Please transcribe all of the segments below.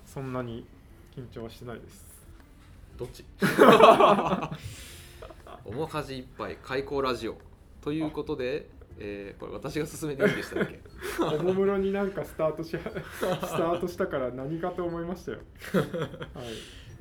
そんなに緊張してないです。 どっち面かじいっぱい開口ラジオということで、これ私が進めていいんでしたっけおもむろになんかスタートしたから何かと思いましたよ、はい、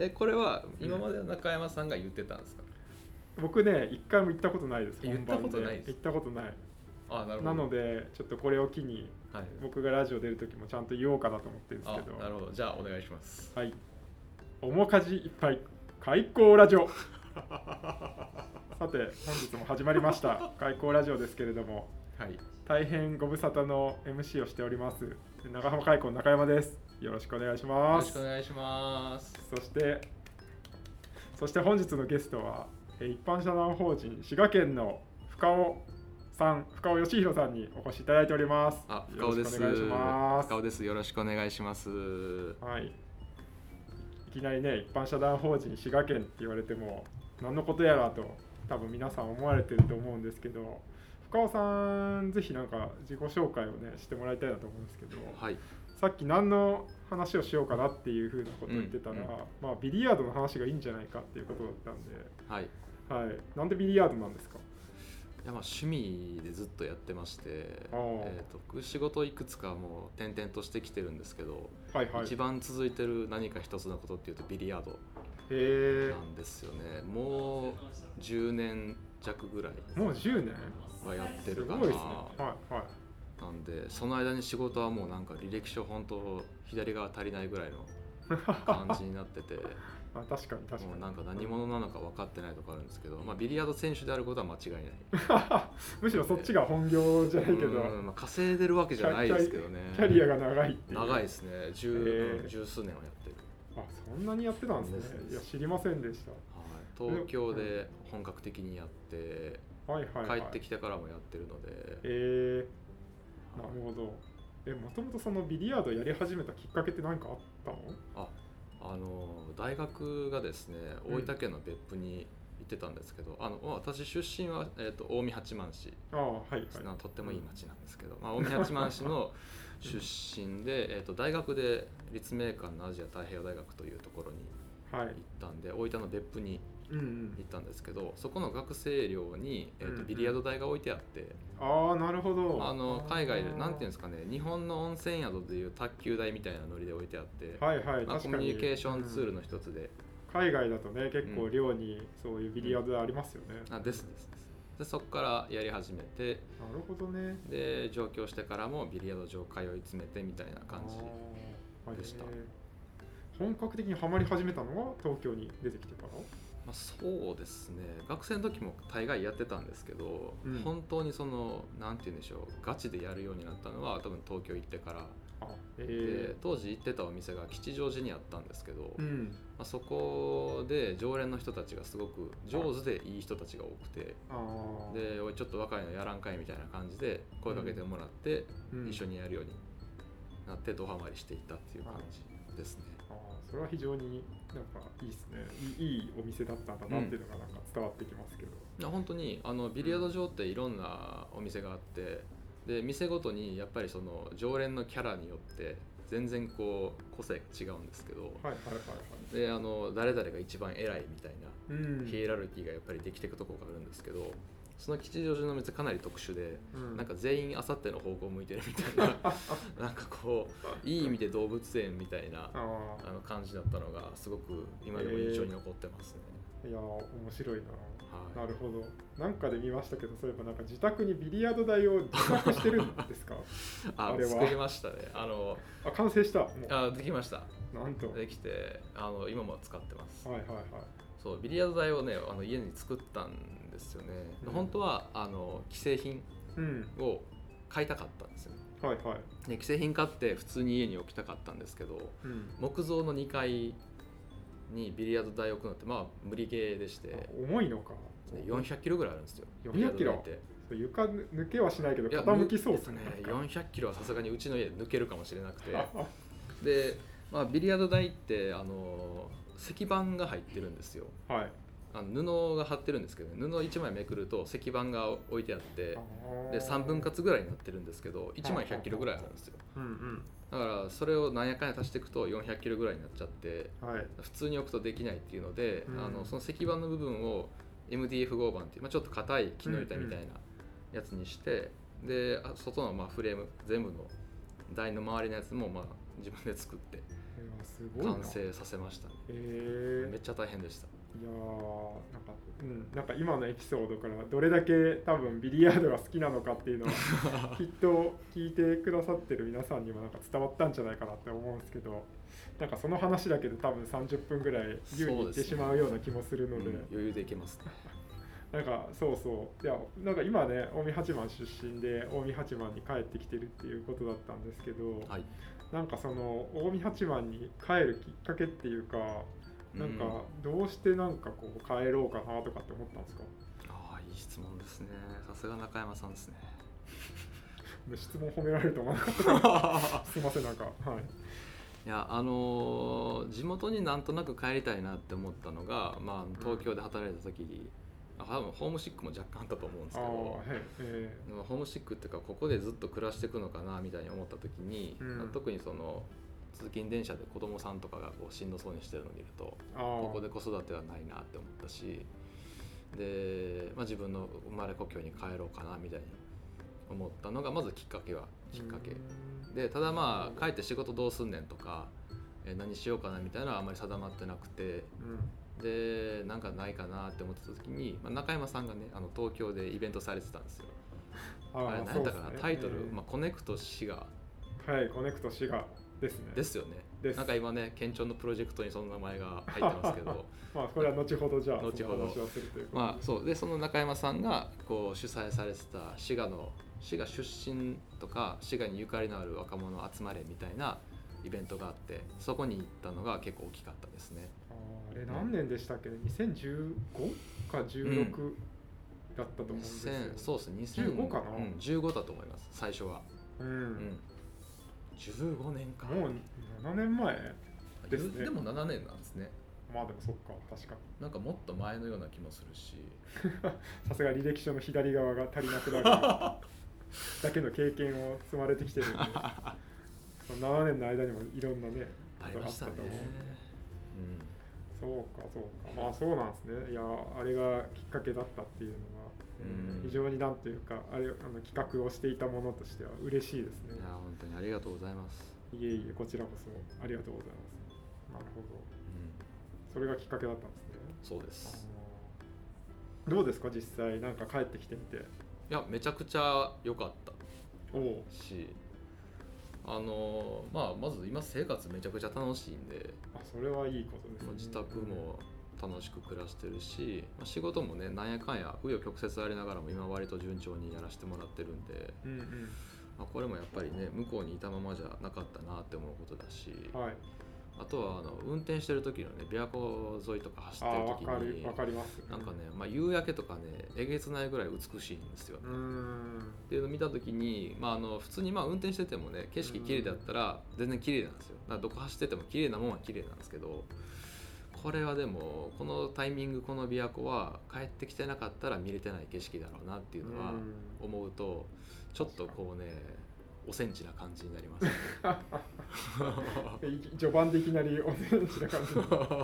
これは今まで中山さんが言ってたんですか？ 僕ね一回も行ったことないです。 言ったことないです。 行ったことない。 あ、なるほど。 なのでちょっとこれを機に、はい、僕がラジオ出る時もちゃんと言おうかなと思ってるんですけど。 なるほど、じゃあお願いします。 はい、面かじいっぱい開口ラジオさて本日も始まりました開口ラジオですけれども、はい、大変ご無沙汰の MC をしております長浜開口の中山です。よろしくお願いします。 よろしくお願いします。 そして本日のゲストは一般社団法人滋賀県の深尾義弘さんにお越しいただいております。 深尾です。よろしくお願いします。深尾です。よろしくお願いします。 はい。いきなりね、一般社団法人滋賀県って言われても何のことやらと多分皆さん思われてると思うんですけど、深尾さんぜひなんか自己紹介をねしてもらいたいなと思うんですけど、はい、さっき何の話をしようかなっていう風なことを言ってたら、まあビリヤードの話がいいんじゃないかっていうことだったんで、はい、なんでビリヤードなんですか？ いや、まあ趣味でずっとやってまして、仕事いくつかもう転々としてきてるんですけど、はいはい、一番続いてる何か一つのことっていうとビリヤードなんですよね。もう10年弱ぐらいもう10年はやってるかな。 すごいですね。はいはい。 なんでその間に仕事はもうなんか履歴書本当左側足りないぐらいの感じになっててあ、確かにもうなんか何者なのか分かってないとこあるんですけど、まあ、ビリヤード選手であることは間違いないむしろそっちが本業じゃないけど、 まあ、稼いでるわけじゃないですけどね。 キャリアが長いっていう。 長いですね。十数年はやってる。 あ、そんなにやってたんですね。いや、知りませんでした。 はい、東京で本格的にやって、帰ってきてからもやってるので、 なるほど。もともとそのビリヤードやり始めたきっかけって何かあったの？ 大学がですね、大分県の別府に行ってたんですけど、私出身は、近江八幡市、とってもいい町なんですけど、近江八幡市の出身で、大学で立命館のアジア太平洋大学というところに行ったんで、大分の別府に行ったんですけど、そこの学生寮に、ビリヤード台が置いてあって、 なるほど。 海外でなんていうんですかね、日本の温泉宿でいう卓球台みたいなノリで置いてあって、コミュニケーションツールの一つで、 海外だとね結構寮にそういうビリヤード台ありますよね。 でそこからやり始めて、 なるほどね。で上京してからもビリヤード場通い詰めてみたいな感じでした。 本格的にはまり始めたのは東京に出てきてから？ そうですね。学生の時も大概やってたんですけど、本当にそのなんて言うんでしょう、ガチでやるようになったのは多分東京行ってから。で当時行ってたお店が吉祥寺にあったんですけど、そこで常連の人たちがすごく上手でいい人たちが多くて、でおいちょっと若いのやらんかいみたいな感じで声かけてもらって、一緒にやるようになってドハマりしていったっていう感じですね。 それは非常になんかいいですね。いいお店だったんだなっていうのがなんか伝わってきますけど、 本当にビリヤード場っていろんなお店があって、で店ごとにやっぱりその常連のキャラによって全然こう個性が違うんですけど、で誰々が一番偉いみたいなヒエラルキーがやっぱりできていくところがあるんですけど、その吉祥寺の店かなり特殊で、なんか全員あさっての方向を向いてるみたいななんかこういい意味で動物園みたいな感じだったのがすごく今でも印象に残ってますね。 いや面白いな。なるほど。なんかで見ましたけど、そういえばなんか自宅にビリヤード台を自作してるんですか？ あれは作りましたね。 完成した。 できました。 なんとできて今も使ってます。 はい。 そうビリヤード台をね家に作ったんですよね。本当は既製品を買いたかったんですよね。で既製品買って普通に家に置きたかったんですけど、木造の2階にビリヤード台を置くのって無理ゲーでして、 重いのか。 400キロぐらいあるんですよ。 400キロって床抜けはしないけど傾きそうですね。 400キロはさすがにうちの家で抜けるかもしれなくてで、ビリヤード台って石板が入ってるんですよ。 布が貼ってるんですけど、ね、布1枚めくると石板が置いてあってで3分割ぐらいになってるんですけど1枚100キロぐらいあるんですよ。だからそれをなんやかんや足していくと400キロぐらいになっちゃって、はい、普通に置くとできないっていうので、その石板の部分を MDF 合板っていう、ちょっと硬い木の板みたいなやつにして、で外のフレーム全部の台の周りのやつも自分で作って完成させましたね。めっちゃ大変でした。 いやなんか今のエピソードからどれだけ多分ビリヤードが好きなのかっていうのはきっと聞いてくださってる皆さんにもなんか伝わったんじゃないかなって思うんですけど、なんかその話だけで多分30分ぐらい優にいってしまうような気もするので、 余裕でいけますね。 なんかいやなんか今ね近江八幡出身で近江八幡に帰ってきてるっていうことだったんですけど、はい、なんかその近江八幡に帰るきっかけっていうか、なんかどうしてなんかこう帰ろうかなとかって思ったんですか？ いい質問ですね。さすが中山さんですね。 質問褒められると思わなかったすいませんなんかはい。 いや地元になんとなく帰りたいなって思ったのが、東京で働いた時に、多分ホームシックも若干あったと思うんですけど、ホームシックっていうかここでずっと暮らしていくのかなみたいに思った時に、特にその通勤電車で子供さんとかがこうしんどそうにしてるのを見ると、ここで子育てはないなって思ったし、で、自分の生まれ故郷に帰ろうかなみたいに思ったのがまずきっかけで、ただ帰って仕事どうすんねんとか、何しようかなみたいなのはあまり定まってなくて、でなんかないかなって思ってた時に、中山さんがね東京でイベントされてたんですよ。あれ何やったかな、タイトル、コネクト滋賀。 はい、コネクト滋賀ですね。 ですよね。なんか今ね県庁のプロジェクトにその名前が入ってますけどこれは後ほどじゃあ後ほどするというそうで、その中山さんがこう主催されてた滋賀出身とか滋賀にゆかりのある若者集まれみたいなイベントがあって、そこに行ったのが結構大きかったですね。 あれ何年でしたっけね、2015か16だったと思うんですよ。 そうですね、 15かな、 15だと思います、最初は。15年か。 もう7年前ですね。 でも7年なんですね。 でもそっか、確かになんかもっと前のような気もするしさすが履歴書の左側が足りなくなるだけの経験を積まれてきてるんでその7年の間にもいろんなねありましたね。 そうかそうなんですね。いやあれがきっかけだったっていうのは、非常になんていうか企画をしていたものとしては嬉しいですね。 いや本当にありがとうございます。 いえいえ、こちらこそありがとうございます。なるほど、それがきっかけだったんですね。 そうです。 どうですか実際なんか帰ってきてみて。 いやめちゃくちゃ良かったし、まず今生活めちゃくちゃ楽しいんで、 それはいいことですね。 自宅も楽しく暮らしてるし、仕事もねなんやかんや紆余曲折ありながらも今割と順調にやらせてもらってるんで、これもやっぱりね向こうにいたままじゃなかったなって思うことだし、あとは運転してる時のね琵琶湖沿いとか走ってる時にわかります、 なんかね、夕焼けとかねえげつないぐらい美しいんですよね。っていうのを見た時に、普通に運転しててもね景色綺麗だったら全然綺麗なんですよ。だからどこ走ってても綺麗なもんは綺麗なんですけど、これはでもこのタイミングこの琵琶湖は帰ってきてなかったら見れてない景色だろうなっていうのは思うと、ちょっとこうねおセンチな感じになります、ね、 序盤でいきなりおセンチな感じ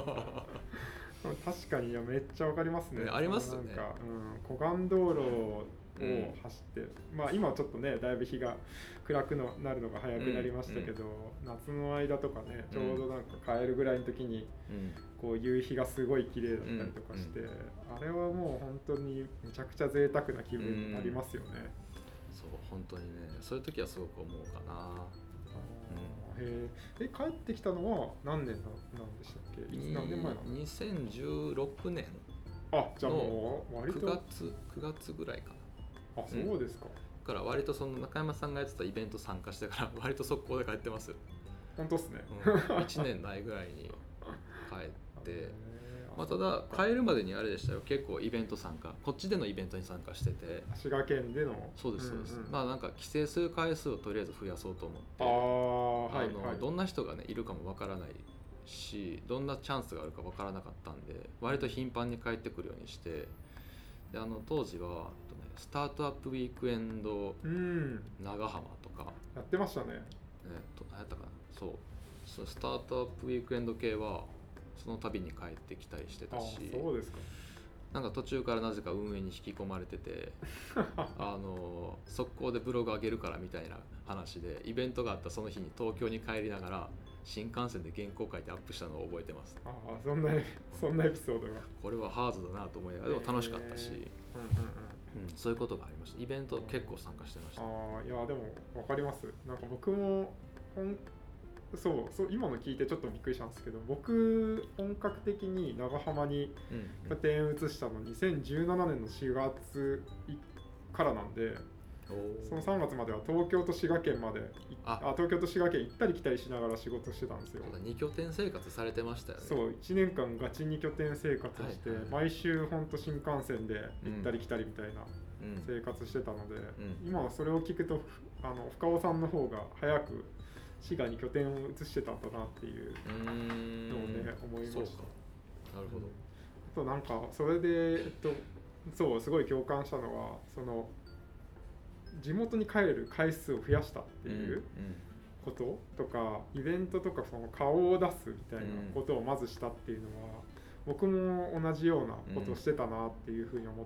確かにめっちゃわかりますね。 ありますよね。 なんか、湖岸道路を走って、今はちょっとねだいぶ日が暗くなるのが早くなりましたけど、夏の間とかねちょうどなんか帰るぐらいの時に、こう夕日がすごい綺麗だったりとかして、あれはもう本当にめちゃくちゃ贅沢な気分になりますよね。 そう本当にね、そういう時はすごく思うかな。 帰ってきたのは何年なんでしたっけ？何年前なの ？2016年じゃあもう割と 9月ぐらいかな。 そうですか。 だから割とその中山さんがやってたイベント参加してから割と速攻で帰ってますよ。 本当っすね。 1年ないぐらいに帰ってただ帰るまでにあれでしたよ、結構イベント参加、こっちでのイベントに参加してて、 滋賀県での。 そうですそうです、なんか帰省する回数をとりあえず増やそうと思って、どんな人がねいるかもわからないし、どんなチャンスがあるか分からなかったんで割と頻繁に帰ってくるようにして、で当時はスタートアップウィークエンド長浜とかやってましたね。 何やったかな、そうスタートアップウィークエンド系はその度に帰ってきたりしてたし、 そうですか。 なんか途中からなぜか運営に引き込まれてて速攻でブログ上げるからみたいな話で、イベントがあったその日に東京に帰りながら新幹線で原稿書いてアップしたのを覚えてます。 そんなエピソードが、 これはハードだなと思いながら、でも楽しかったし、そういうことがありました。イベント結構参加してました。 いやでも分かります。なんか僕もそう今の聞いてちょっとびっくりしたんですけど、僕本格的に長浜に拠点を移したの2017年の4月からなんで、その3月までは東京と滋賀県まで東京と滋賀県行ったり来たりしながら仕事してたんですよ。 2拠点生活されてましたよね。 そう、1年間ガチ2拠点生活して、毎週ほんと新幹線で行ったり来たりみたいな生活してたので、今はそれを聞くと深尾さんの方が早く滋賀に拠点を移してたんだなっていうのをね思いました。なるほど。 あとなんかそれで、そうすごい共感したのは、その地元に帰る回数を増やしたっていうこととか、イベントとかその顔を出すみたいなことをまずしたっていうのは、僕も同じようなことをしてたなっていうふうに思って、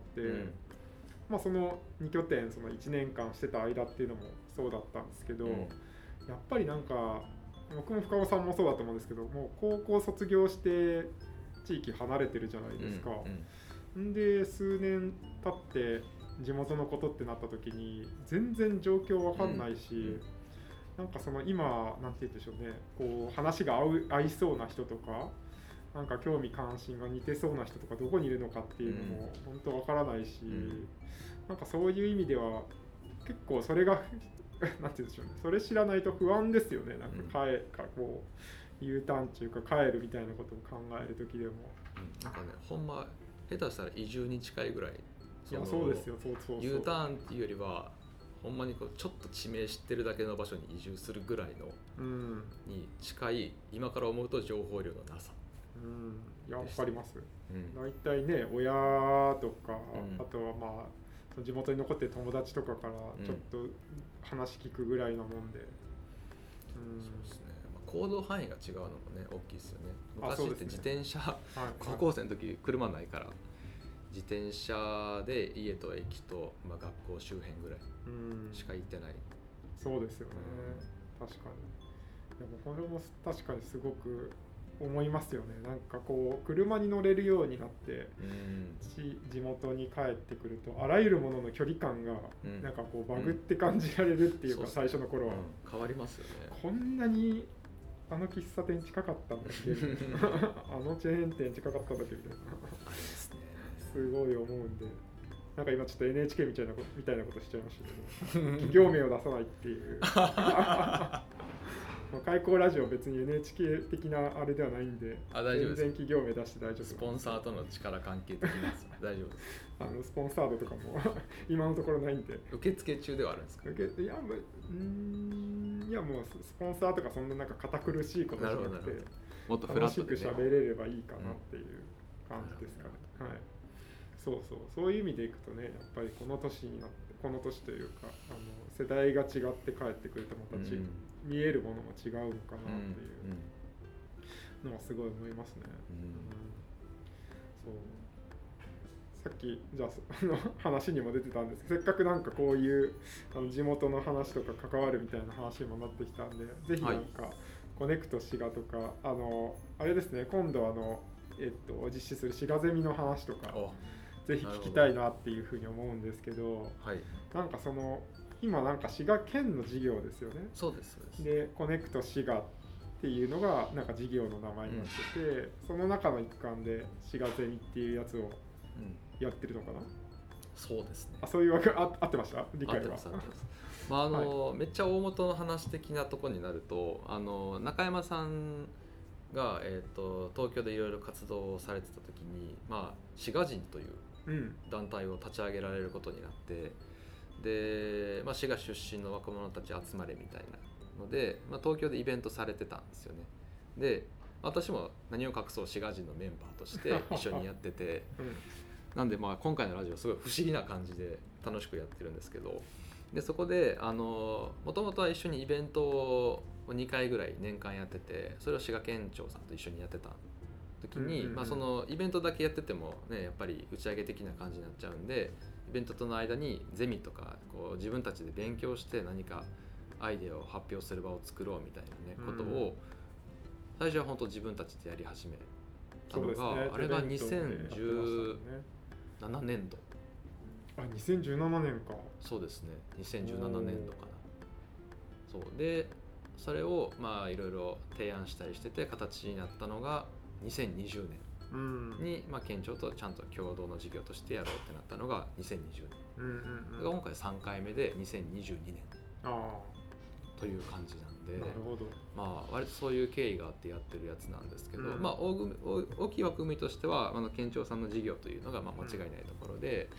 その2拠点その1年間してた間っていうのもそうだったんですけど、やっぱりなんか僕も深尾さんもそうだと思うんですけど、もう高校卒業して地域離れてるじゃないですか。で数年経って地元のことってなった時に全然状況わかんないし、なんかその今なんて言うんでしょうね、こう話が合いそうな人とか、なんか興味関心が似てそうな人とかどこにいるのかっていうのも本当わからないし、なんかそういう意味では結構それがなんて言うんでしょうね、それ知らないと不安ですよね。なんかこう U ターンっていうか帰るみたいなことを考える時でも、 なんかね、ほんま下手したら移住に近いぐらい、 いやそうですよ、そう U ターンっていうよりはほんまにこうちょっと地名知ってるだけの場所に移住するぐらいのに近い、今から思うと情報量のなさ。 いや分かります。大体ね、親とか、あとは地元に残ってる友達とかからちょっと話聞くぐらいなもんで、 そうですね。行動範囲が違うのもね大きいですよね。昔って自転車、高校生の時車ないから自転車で家と駅と、学校周辺ぐらいしか行ってない。 そうですよね、確かに。でもこれも確かにすごく思いますよね。なんかこう車に乗れるようになって、地元に帰ってくるとあらゆるものの距離感がなんかこうバグって感じられるっていうか、最初の頃は、 変わりますよね。 こんなにあの喫茶店近かったんだっけあのチェーン店近かったんだっけみたいなすごい思うんで、なんか今ちょっと NHK みたいなことしちゃいましたけど企業名を出さないっていう開口ラジオ別に NHK 的なあれではないんで、全然企業名出して大丈夫です。 スポンサーとの力関係的な大丈夫です。 スポンサードとかも今のところないんで。 受付中ではあるんですか？ いやもうスポンサーとかそんななんか堅苦しいことじゃなくて、 もっとフラットで、 楽しく喋れればいいかなっていう感じですかね。はい。そういう意味でいくとね、やっぱりこの年になって、この年というか世代が違って帰ってくるとまた見えるものも違うのかなっていうのはすごい思いますね。そうさっきじゃあ話にも出てたんですけど、せっかくなんかこういう地元の話とか関わるみたいな話にもなってきたんで、ぜひなんかコネクト滋賀とかあれですね、今度実施する滋賀ゼミの話とかぜひ聞きたいなっていうふうに思うんですけど、なんかその今なんか滋賀県の事業ですよね。 そうですそうです。 でコネクト滋賀っていうのがなんか事業の名前になってて、その中の一環で滋賀ゼミっていうやつをやってるのかな。 そうですね。 そういうわけ合ってました？理解は。 めっちゃ大元の話的なところになると、中山さんが、東京でいろいろ活動をされてた時に、滋賀人という団体を立ち上げられることになって、で、滋賀出身の若者たち集まれみたいなので、東京でイベントされてたんですよね。で私も何を隠そう滋賀人のメンバーとして一緒にやってて、なんで今回のラジオすごい不思議な感じで楽しくやってるんですけど、でそこでもともとは一緒にイベントを2回ぐらい年間やってて、それを滋賀県庁さんと一緒にやってた時に、そのイベントだけやっててもねやっぱり打ち上げ的な感じになっちゃうんで、イベントとの間にゼミとかこう自分たちで勉強して何かアイデアを発表する場を作ろうみたいなねことを最初は本当自分たちでやり始めたのが、あれが2017年度。 2017年か。 そうですね、2017年度かな。そうでそれをいろいろ提案したりしてて形になったのが2020年に、県庁とちゃんと共同の事業としてやろうってなったのが2020年、今回3回目で2022年という感じなんで、 なるほど。 割とそういう経緯があってやってるやつなんですけど、大きい枠組みとしては県庁さんの事業というのが間違いないところで、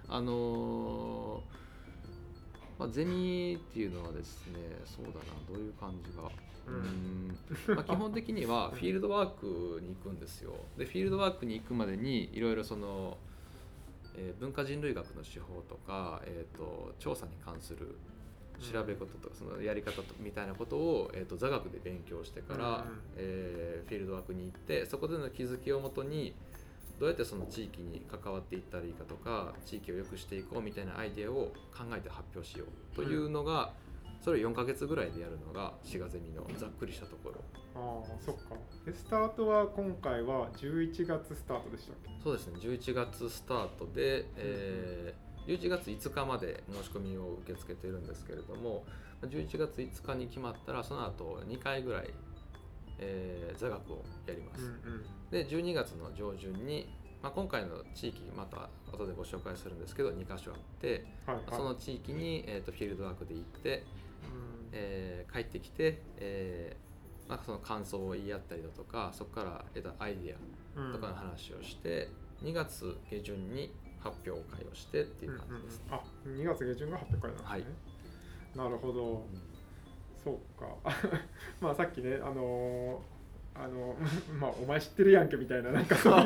ゼミっていうのはですね、そうだな、どういう感じが、基本的にはフィールドワークに行くんですよ。でフィールドワークに行くまでにいろいろその、文化人類学の手法とか、調査に関する調べ事とかそのやり方みたいなことを、座学で勉強してから、フィールドワークに行って、そこでの気づきをもとにどうやってその地域に関わっていったらいいかとか、地域を良くしていこうみたいなアイデアを考えて発表しようというのが、それを4ヶ月ぐらいでやるのが滋賀ゼミのざっくりしたところ。 そっか。でスタートは今回は11月スタートでしたっけ？ そうですね、11月スタートで、11月5日まで申し込みを受け付けているんですけれども、11月5日に決まったらその後2回ぐらい、座学をやります。で12月の上旬に、今回の地域また後でご紹介するんですけど2カ所あって、その地域に、フィールドワークで行って、帰ってきて、その感想を言い合ったりだとか、そこから得たアイデアとかの話をして、2月下旬に発表会をしてっていう感じです、ね。 2月下旬が発表会なんですね。なるほど。そうか。さっきね、お前知ってるやんけみたいな、なんかそういう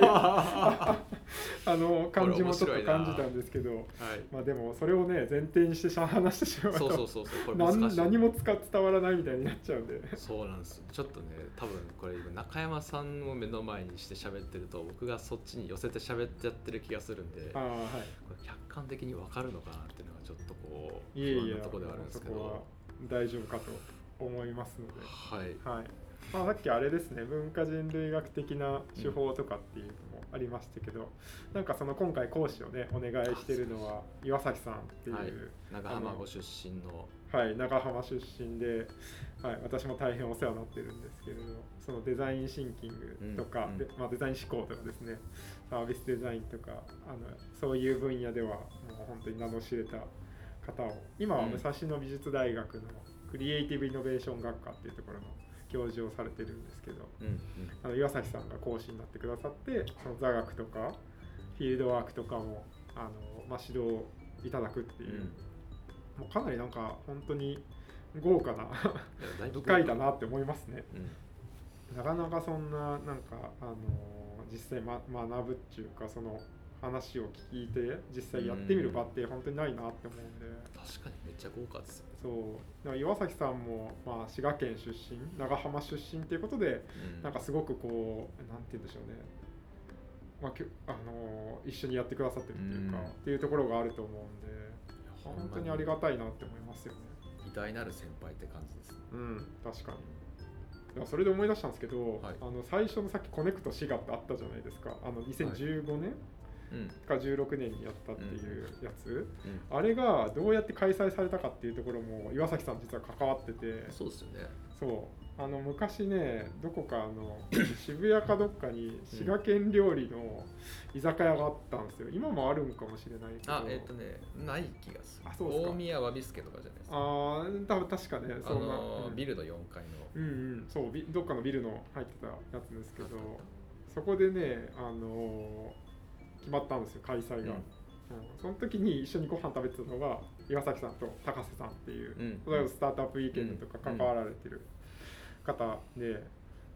感じもちょっと感じたんですけど、でもそれをね前提にして話してしまうと何も伝わらないみたいになっちゃうんで。 そうなんです。ちょっとね、多分これ中山さんを目の前にして喋ってると僕がそっちに寄せて喋ってやってる気がするんで、これ客観的に分かるのかなっていうのがちょっとこう不安なところではあるんですけど、 そこは大丈夫かと思いますので。さっきあれですね、文化人類学的な手法とかっていうのもありましたけど、なんかその今回講師をねお願いしているのは岩崎さんっていう、 長浜ご出身の、 長浜出身で、私も大変お世話になってるんですけれど、そのデザインシンキングとか、デザイン思考とかですね、サービスデザインとかそういう分野ではもう本当に名の知れた方を、今は武蔵野美術大学のクリエイティブイノベーション学科っていうところの教授をされてるんですけど、岩崎さんが講師になってくださって、その座学とかフィールドワークとかも指導いただくっていう、もうかなりなんか本当に豪華な部会だなって思いますね。なかなかそんななんか実際学ぶっていうか、その話を聞いて実際やってみる場って本当にないなって思うんで。 確かにめっちゃ豪華ですよ。 そう岩崎さんも、滋賀県出身、長浜出身っていうことで、なんかすごくこうなんて言うんでしょうね、一緒にやってくださってるっていうか、っていうところがあると思うんで、本当にありがたいなって思いますよね。 偉大なる先輩って感じですね。 確かに。それで思い出したんですけど、最初のさっきコネクト滋賀ってあったじゃないですか。2015年、か16年にやったっていうやつ、あれがどうやって開催されたかっていうところも岩崎さん実は関わってて。 そうですよね。 昔ね、どこか渋谷かどっかに滋賀県料理の居酒屋があったんですよ。今もあるんかもしれないけど。 ない気がする。大宮わびすけとかじゃないですか。 多分確かね、 ビルの4階の。 そう、どっかのビルの入ってたやつですけど、そこでね、決まったんですよ、開催が。その時に一緒にご飯食べてたのが岩崎さんと高瀬さんっていう、スタートアップウィーケンドとか関わられてる方で、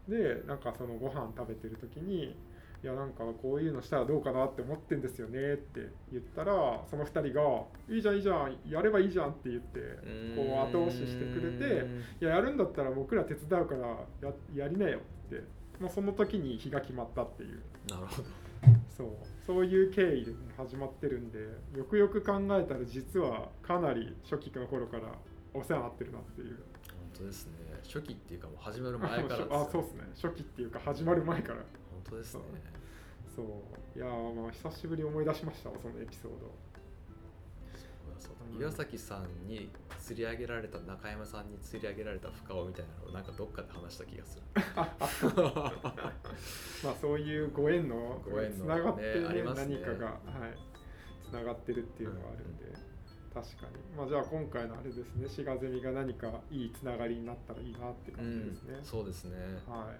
でなんかそのご飯食べてる時にいやなんかこういうのしたらどうかなって思ってんですよねって言ったらその2人がいいじゃんいいじゃんやればいいじゃんって言ってこう後押ししてくれていややるんだったら僕ら手伝うからやりなよってもうその時に日が決まったっていう。 なるほど。 そういう経緯で始まってるんでよくよく考えたら実はかなり初期の頃からお世話になってるなっていう。 本当ですね。初期っていうかもう始まる前からですよね。 そうですね。初期っていうか始まる前から。 本当ですね。 そういやまあ久しぶりに思い出しましたそのエピソード。 岩崎さんに釣り上げられた中山さんに釣り上げられた深尾みたいなのをなんかどっかで話した気がする。 まあそういうご縁のつながって、ねね、 何かが、つながってるっていうのがあるんで、確かに。まあじゃあ今回のあれですね、シガゼミが何かいいつながりになったらいいなって感じですね。 そうですね。 はい。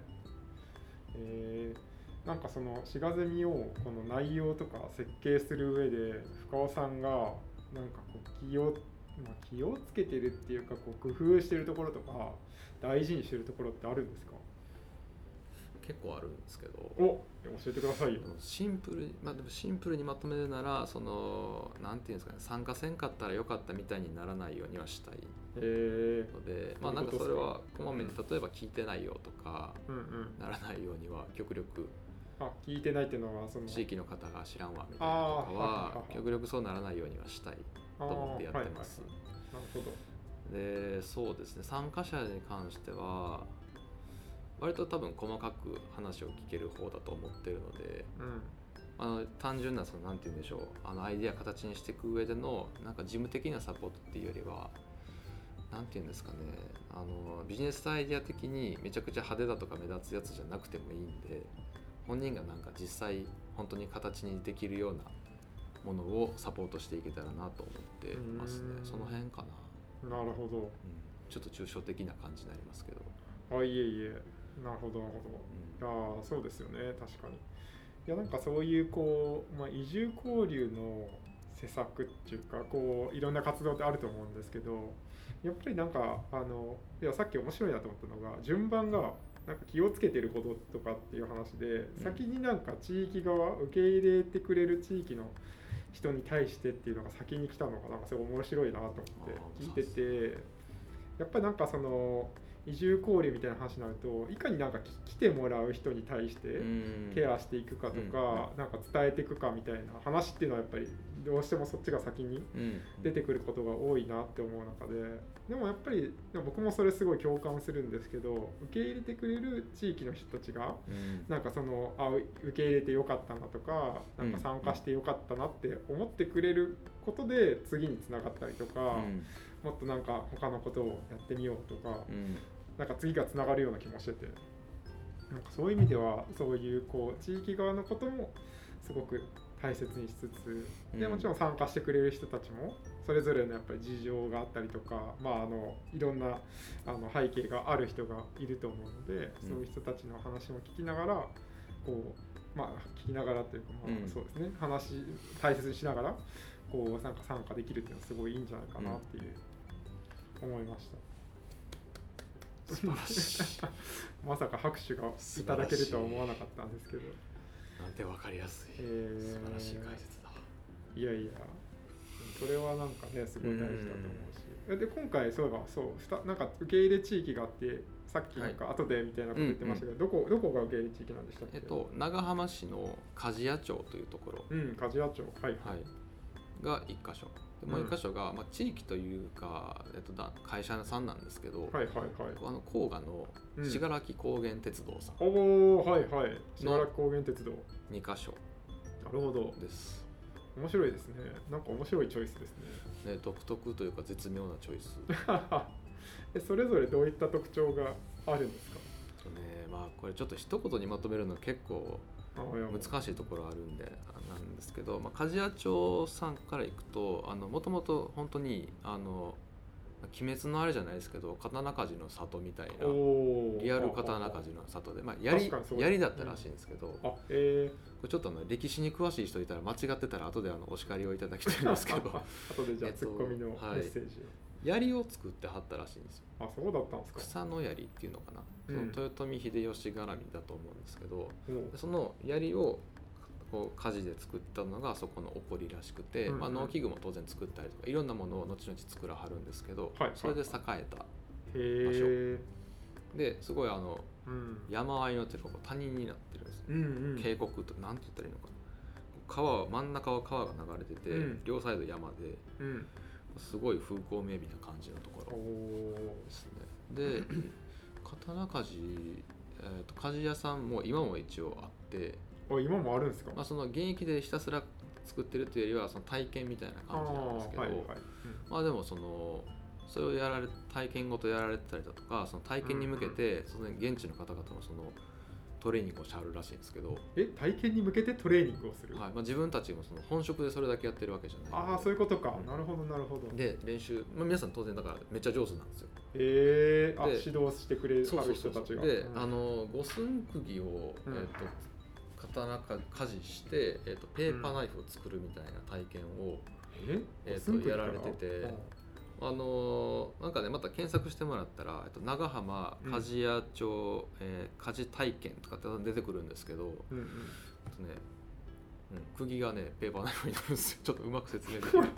なんかそのシガゼミをこの内容とか設計する上で深尾さんがなんかこう気をつけてるっていうかこう工夫してるところとか大事にしてるところってあるんですか？ 結構あるんですけど。 教えてくださいよ。 シンプルに、でもシンプルにまとめるならそのなんていうんですかね、参加せんかったらよかったみたいにならないようにはしたいので、なんかそれはこまめに例えば聞いてないよとか、ならないようには極力。 聞いてないっていうのはその地域の方が知らんわみたいなとかは極力そうならないようにはしたいと思ってやってます。 なるほど。 で、そうですね、参加者に関しては割と多分細かく話を聞ける方だと思ってるので、単純なそのなんて言うんでしょう、アイデア形にしていく上でのなんか事務的なサポートっていうよりはなんて言うんですかね、ビジネスアイデア的にめちゃくちゃ派手だとか目立つやつじゃなくてもいいんで、本人がなんか実際本当に形にできるようなものをサポートしていけたらなと思ってますね。その辺かな。なるほど、 ちょっと抽象的な感じになりますけど。いえなるほどなるほど。いやそうですよね、確かに。いやなんかそういうこう、移住交流の施策っていうかこういろんな活動ってあると思うんですけど、やっぱりなんかいやさっき面白いなと思ったのが順番がなんか気をつけてることとかっていう話で、先になんか地域側受け入れてくれる地域の人に対してっていうのが先に来たのがなんかすごい面白いなと思って聞いてて、やっぱりなんかその移住交流みたいな話になるといかになんか来てもらう人に対してケアしていくかとか、なんか伝えていくかみたいな話っていうのはやっぱりどうしてもそっちが先に出てくることが多いなって思う中で、でもやっぱり僕もそれすごい共感するんですけど、受け入れてくれる地域の人たちがなんかその受け入れてよかったなとか、なんか参加してよかったなって思ってくれることで次につながったりとか、もっとなんか他のことをやってみようとか、なんか次がつながるような気もしてて、なんかそういう意味ではそういうこう地域側のこともすごく大切にしつつ、でもちろん参加してくれる人たちもそれぞれのやっぱり事情があったりとか、いろんな背景がある人がいると思うので、そういう人たちの話も聞きながらこう聞きながらというか、そうですね、話大切にしながらこうなんか参加できるっていうのはすごいいいんじゃないかなっていう思いました。 素晴らしい。 まさか拍手がいただけるとは思わなかったんですけど。 なんて分かりやすい、素晴らしい解説だ。 いやそれはなんかねすごい大事だと思うし、で今回そういえばなんか受け入れ地域があって、さっきなんか後でみたいなこと言ってましたけど、どこが受け入れ地域なんでしたっけ？ 長浜市の梶谷町というところ、 梶谷町、 が1箇所。もう1箇所が、地域というか、会社さんなんですけど、甲賀の信楽高原鉄道さん、 信楽高原鉄道 2箇所。 なるほどです。 面白いですね。なんか面白いチョイスですね。 独特というか絶妙なチョイス。 それぞれどういった特徴があるんですか？ これちょっと一言にまとめるの結構難しいところあるんでなんですけど、梶谷町さんからいくともともと本当に鬼滅のあれじゃないですけど刀鍛冶の里みたいなリアル刀鍛冶の里で、槍だったらしいんですけど、これちょっと歴史に詳しい人いたら間違ってたら後でお叱りをいただきたいんですけど後でじゃあツッコミのメッセージを、 槍を作ってはったらしいんですよ。 あ、そうだったんですか。 草の槍っていうのかな、 うん、 その豊臣秀吉絡みだと思うんですけど、 うん、 その槍をこう火事で作ったのがそこの起こりらしくて、 うんうん、 まあ、農機具も当然作ったりとかいろんなものを後々作らはるんですけど、 はい、 それで栄えた場所ですごいうん、 山あいのというか谷になってるんです、 うんうん、 渓谷となんて言ったらいいのかな、川真ん中は川が流れてて、 うん、 両サイド山で、 うん、 すごい風光明媚な感じのところですね。で刀鍛冶、鍛冶屋さんも今も一応あって、 今もあるんですか。 まあ、その現役でひたすら作ってるというよりはその体験みたいな感じなんですけど、 はいはい、 まあでもそれを体験ごとやられてたりだとか、その体験に向けてその現地の方々のそのトレーニングをしはるらしいんですけど、 体験に向けてトレーニングをする、 はい、まあ、自分たちもその本職でそれだけやってるわけじゃないので。 ああ、そういうことか、なるほどなるほど。 で練習、まあ、皆さん当然だからめっちゃ上手なんですよ。 指導してくれる人たちが。 で、五寸釘を、刀鍛冶して、ペーパーナイフを作るみたいな体験を、やられてて、なんかね、また検索してもらったら長浜鍛冶屋町、鍛冶体験とかって出てくるんですけど、釘がねペーパーナイフになるんですよ。ちょっとうまく説明できない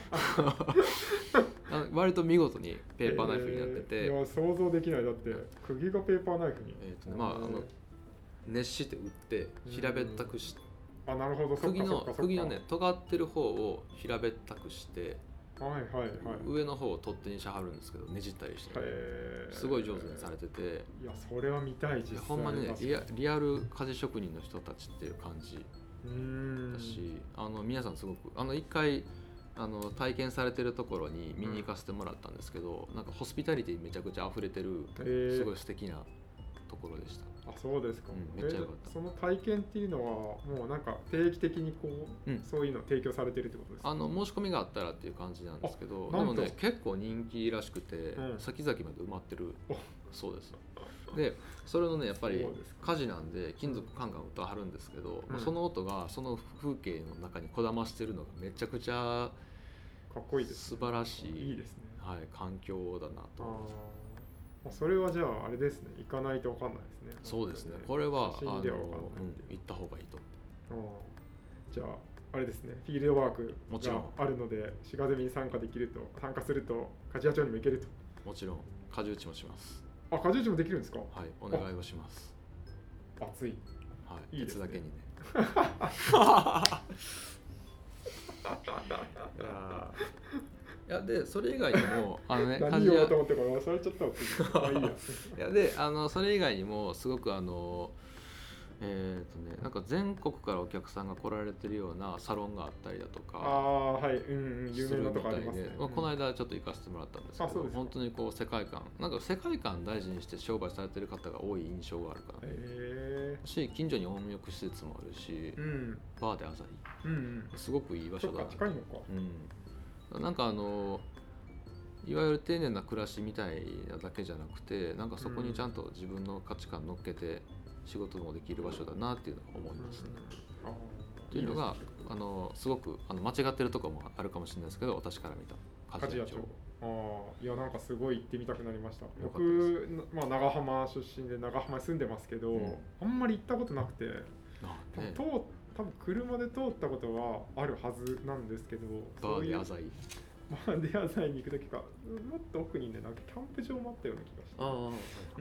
割と見事にペーパーナイフになってて、 いや想像できない。だって釘がペーパーナイフに、 まあ熱して打って平べったくして、 なるほど、 釘のね尖ってる方を平べったくして、上の方を取っ手にしはるんですけど、ねじったりして、すごい上手にされてて、 いやそれは見たい。実際ほんまにねリアル鍛冶職人の人たちっていう感じだし、皆さんすごく一回体験されてるところに見に行かせてもらったんですけど、なんかホスピタリティめちゃくちゃ溢れてる、すごい素敵なところでした。 あ、そうですか。 めっちゃ良かった。 その体験っていうのはもうなんか定期的にこう、そういうの提供されてるってことですか。 申し込みがあったらっていう感じなんですけど、でもね結構人気らしくて、先々まで埋まってるそうです。でそれのねやっぱり火事なんで金属カンカン歌はるんですけど、その音がその風景の中にこだましてるのがめちゃくちゃかっこいいです。 素晴らしい、 いいですね。 はい、環境だなと。 それはじゃああれですね、行かないと分かんないですね。 そうですね、これは行った方がいいと。 じゃああれですね、フィールドワークがあるので、滋賀ゼミに参加すると鍛冶屋町にも行けると。 もちろん鍛冶打ちもします。 鍛冶打ちもできるんですか。 はい、お願いをします。 熱い。 はい、いいですね。鉄だけにね。いやでそれ以外にも何言おうと思ってこれ忘れちゃったわ。いいや。 いやでそれ以外にもすごくなんか全国からお客さんが来られてるようなサロンがあったりだとか、 有名なとこありますね。 この間ちょっと行かせてもらったんですけど、本当にこう世界観大事にして商売されてる方が多い印象があるから、し近所に温浴施設もあるし、バーで朝日、すごくいい場所だな。 近いのか。 なんかいわゆる丁寧な暮らしみたいなだけじゃなくて、なんかそこにちゃんと自分の価値観乗っけて仕事もできる場所だなっていうのを思いますね。っていうのがすごく間違ってるところもあるかもしれないですけど、私から見た鍛冶屋町。いやなんかすごい行ってみたくなりました。僕、長浜出身で長浜に住んでますけど、あんまり行ったことなくて、多分車で通ったことはあるはずなんですけど、 バーデアザイに行くときか、もっと奥にね、なんかキャンプ場もあったような気がして、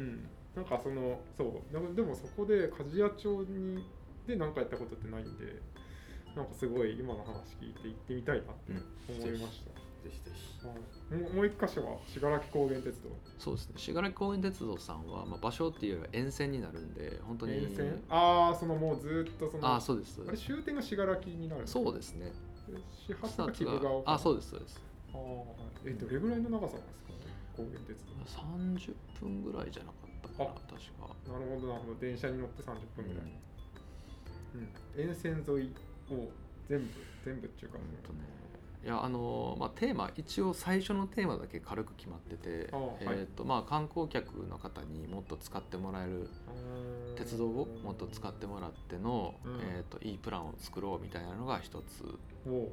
なんかでもそこで鍛冶屋町で何かやったことってないんで、なんかすごい今の話聞いて行ってみたいなって思いました。 ぜひぜひ。 もう一箇所は信楽高原鉄道。 そうですね。信楽高原鉄道さんは、場所っていうよりは沿線になるんで、本当に沿線。もうずっとそうです。 あれ終点が信楽になる。 そうですね。 始発が木生川。 そうですそうです。 どれぐらいの長さなんですかね、高原鉄道。 30分ぐらいじゃなかったかな、確か。 なるほどなるほど。電車に乗って30分ぐらい。沿線沿いを全部っていうか。 いやテーマ一応最初のテーマだけ軽く決まってて、観光客の方にもっと使ってもらえる鉄道をもっと使ってもらっての、いいプランを作ろうみたいなのが一つで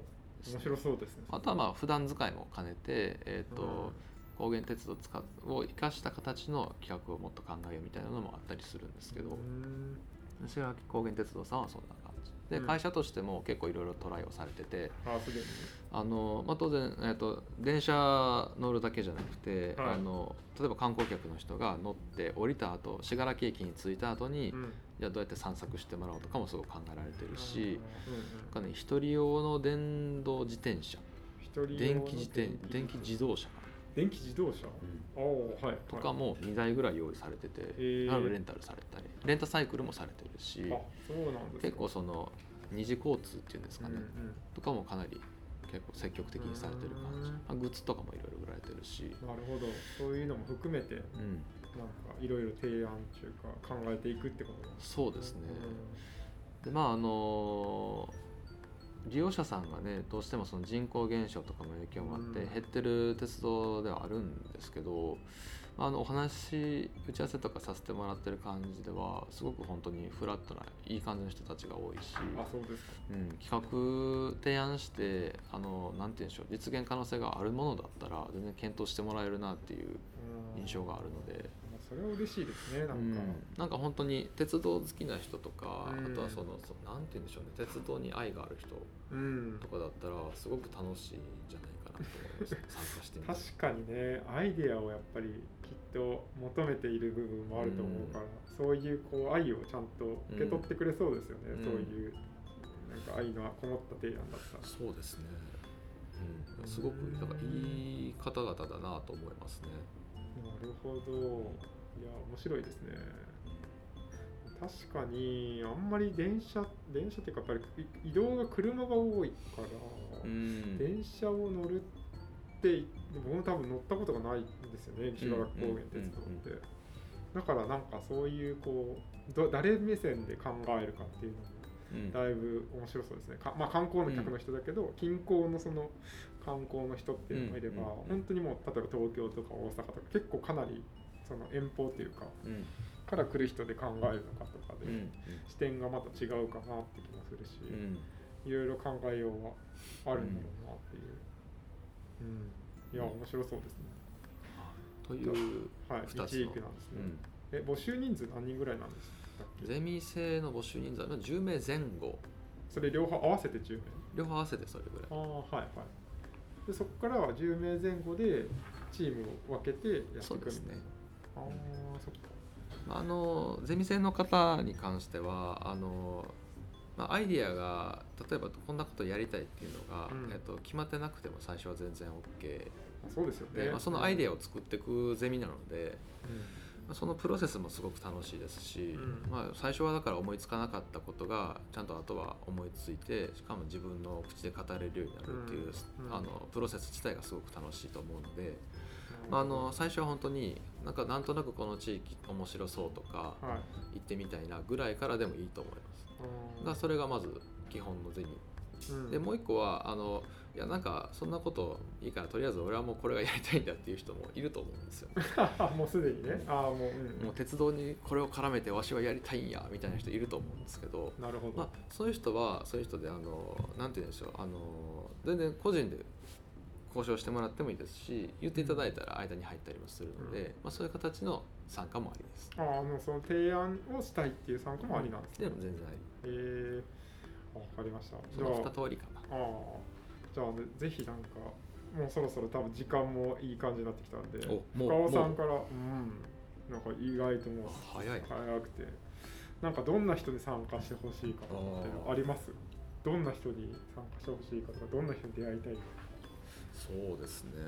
ですね。 面白そうですね。 あとはまあ普段使いも兼ねて、高原鉄道を生かした形の企画をもっと考えようみたいなのもあったりするんですけど、滋賀高原鉄道さんはそんな感じで、会社としても結構いろいろトライをされてて、 すでにまあ、当然、電車乗るだけじゃなくて、 はい、 例えば観光客の人が乗って降りた後、信楽駅に着いた後に、じゃあどうやって散策してもらおうとかもすごく考えられてるし、一人用の電動自転車、電気自動車電気自動車、 とかも2台ぐらい用意されてて、レンタルされたり、レンタサイクルもされてるし、 そうなんですか。 結構その二次交通っていうんですかね、とかもかなり結構積極的にされてる感じ、グッズとかもいろいろ売られてるし。 なるほど、そういうのも含めて、なんかいろいろ提案というか考えていくってことなんですね。 そうですね。でまあ利用者さんがね、どうしてもその人口減少とかも影響もあって減ってる鉄道ではあるんですけど、お話打ち合わせとかさせてもらってる感じではすごく本当にフラットないい感じの人たちが多いし、 そうですか。 企画提案してなんて言うんでしょう、実現可能性があるものだったら全然検討してもらえるなっていう印象があるので。 それは嬉しいですね。 なんか本当に鉄道好きな人とか、あとはなんて言うんでしょうね、鉄道に愛がある人とかだったらすごく楽しいんじゃないかなと思います、参加してみて。 確かにね、アイデアをやっぱりきっと求めている部分もあると思うから、そういう愛をちゃんと受け取ってくれそうですよね。そういうなんか愛のこもった提案だったら。 そうですね。すごくだからいい方々だなと思いますね。 なるほど。いや面白いですね。確かにあんまり電車っていうかやっぱり移動が車が多いから、電車を乗るって僕も多分乗ったことがないんですよね、信楽高原鉄道って。だからなんかそういう誰目線で考えるかっていうのもだいぶ面白そうですね。まあ観光の客の人だけど、近郊のその観光の人っていうのもいれば、本当にもう例えば東京とか大阪とか結構かなりその遠方っていうか、から来る人で考えるのかとかで、視点がまた違うかなって気もするし、いろいろ考えようはあるんだろうなっていう、いや面白そうですね。 という2つの、 1ウィークなんですね。募集人数何人ぐらいなんですかっけ？ ゼミ生の募集人数は10名前後。 それ両方合わせて10名？ 両方合わせてそれぐらい。 でそこからは10名前後でチームを分けてやっていく。 そうですね。 そっか。 ゼミ生の方に関してはアイディアが例えばこんなことやりたいっていうのが、決まってなくても最初は全然 OK そうですよね。 で、そのアイデアを作っていくゼミなので、そのプロセスもすごく楽しいですし、最初はだから思いつかなかったことがちゃんと後は思いついて、しかも自分の口で語れるようになるっていう、プロセス自体がすごく楽しいと思うので、最初は本当になんとなくこの地域面白そうとか、行ってみたいなぐらいからでもいいと思います。それがまず基本のゼミ、でもう一個はいやなんかそんなこといいからとりあえず俺はもうこれがやりたいんだっていう人もいると思うんですよ。 もうすでにね。もう鉄道にこれを絡めてわしはやりたいんやみたいな人いると思うんですけど、 なるほど。 そういう人はそういう人でなんて言うんでしょう、全然個人で交渉してもらってもいいですし、言っていただいたら間に入ったりもするので、そういう形の参加もありです。 その提案をしたいっていう参加もありなんですね。 でも全然あり。 わかりました。 その2通りかな。 じゃあぜひなんかもうそろそろ多分時間もいい感じになってきたんで、深尾さんからなんか意外ともう早くて、なんかどんな人に参加してほしいかってあります？どんな人に参加してほしいかとか、どんな人に出会いたいか。 そうですね。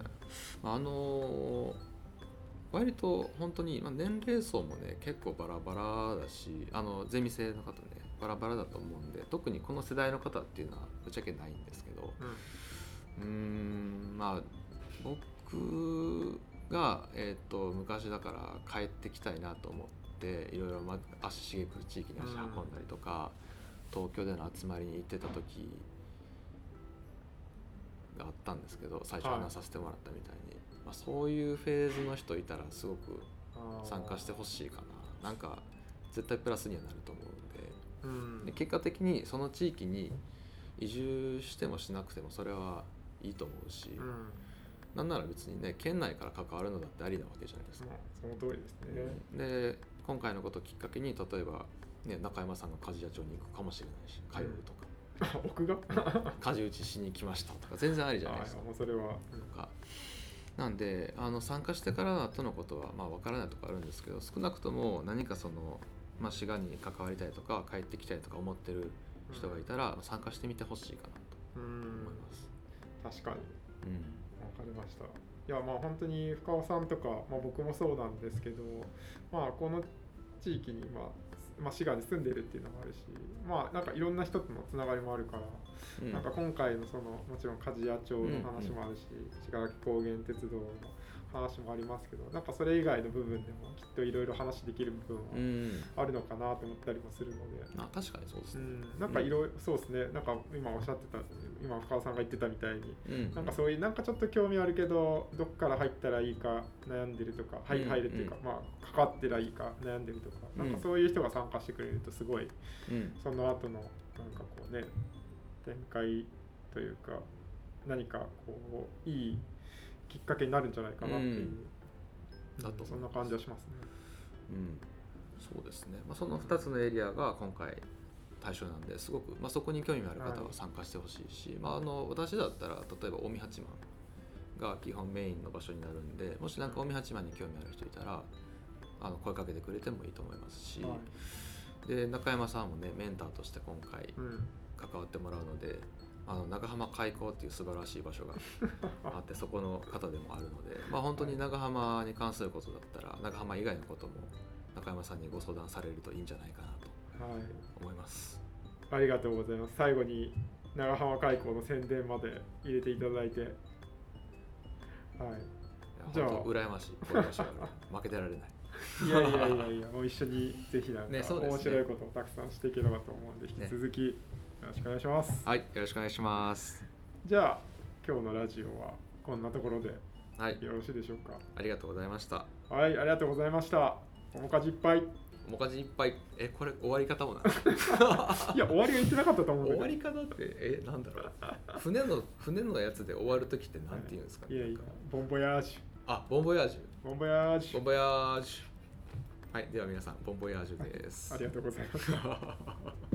割と本当に年齢層もね結構バラバラだし、ゼミ生の方ねバラバラだと思うんで、特にこの世代の方っていうのはぶっちゃけないんですけど、僕が昔だから帰ってきたいなと思っていろいろ足しげく地域に足運んだりとか、東京での集まりに行ってた時があったんですけど、最初話させてもらったみたいに、そういうフェーズの人いたらすごく参加してほしいかな。なんか絶対プラスにはなると思うんで、で結果的にその地域に移住してもしなくてもそれはいいと思うし、 うん、 なんなら別にね県内から関わるのだってありなわけじゃないですか、 その通りですね。 で今回のことをきっかけに例えば、ね、中山さんが鍛冶屋町に行くかもしれないし通うとか、 僕が鍛冶打ちしに来ましたとか全然ありじゃないですか。 もうそれは、 とかなんで参加してからとのことはまあ分からないところあるんですけど、少なくとも何かその、まあ、滋賀に関わりたいとか帰ってきたいとか思ってる人がいたら参加してみてほしいかなと思います。 確かに、分かりました。いやまあ本当に深尾さんとか、まあ、僕もそうなんですけど、まあ、この地域に、滋賀に住んでるっていうのもあるし、まあなんかいろんな人とのつながりもあるから、なんか今回のそのもちろん鍛冶屋町の話もあるし、信楽高原鉄道の話もありますけど、なんかそれ以外の部分でもきっといろいろ話できる部分はあるのかなと思ったりもするので、 確かにそうですね、 なんかいろいろそうですね、なんか今おっしゃってた、今深尾さんが言ってたみたいに、なんかそういうなんかちょっと興味あるけどどっから入ったらいいか悩んでるとか、入るっていうか、まあ関わってらいいか悩んでるとか、なんかそういう人が参加してくれるとすごい、その後のなんかこうね展開というか何かこういいきっかけになるんじゃないかなっていう、そんな感じはしますね。 そうですね、まあ、その2つのエリアが今回対象なんですごく、まあ、そこに興味がある方は参加してほしいし、まあ、私だったら例えば近江八幡が基本メインの場所になるんで、もしなんか近江八幡に興味ある人いたら声かけてくれてもいいと思いますし、で中山さんもねメンターとして今回関わってもらうので、長浜開港っていう素晴らしい場所があってそこの方でもあるので、まあ、本当に長浜に関することだったら長浜以外のことも中山さんにご相談されるといいんじゃないかなと思います、 ありがとうございます。最後に長浜開港の宣伝まで入れていただいて、 じゃあ本当羨ましいこういう場所が負けてられないいやもう一緒にぜひなんか面白いことをたくさんしていければと思うんで、引き続きよろしくお願いします。 はい、よろしくお願いします。 じゃあ今日のラジオはこんなところでよろしいでしょうか。 ありがとうございました。 はい、ありがとうございました。面かじいっぱい。 面かじいっぱい。これ終わり方もな。 いや終わりが言ってなかったと思うんだけど。 終わり方ってなんだろう。船のやつで終わるときってなんて言うんですか。 いやボンボヤージュ。 ボンボヤージュ。 ボンボヤージュ。 ボンボヤージュ。はい、では皆さんボンボヤージュです。 ありがとうございます。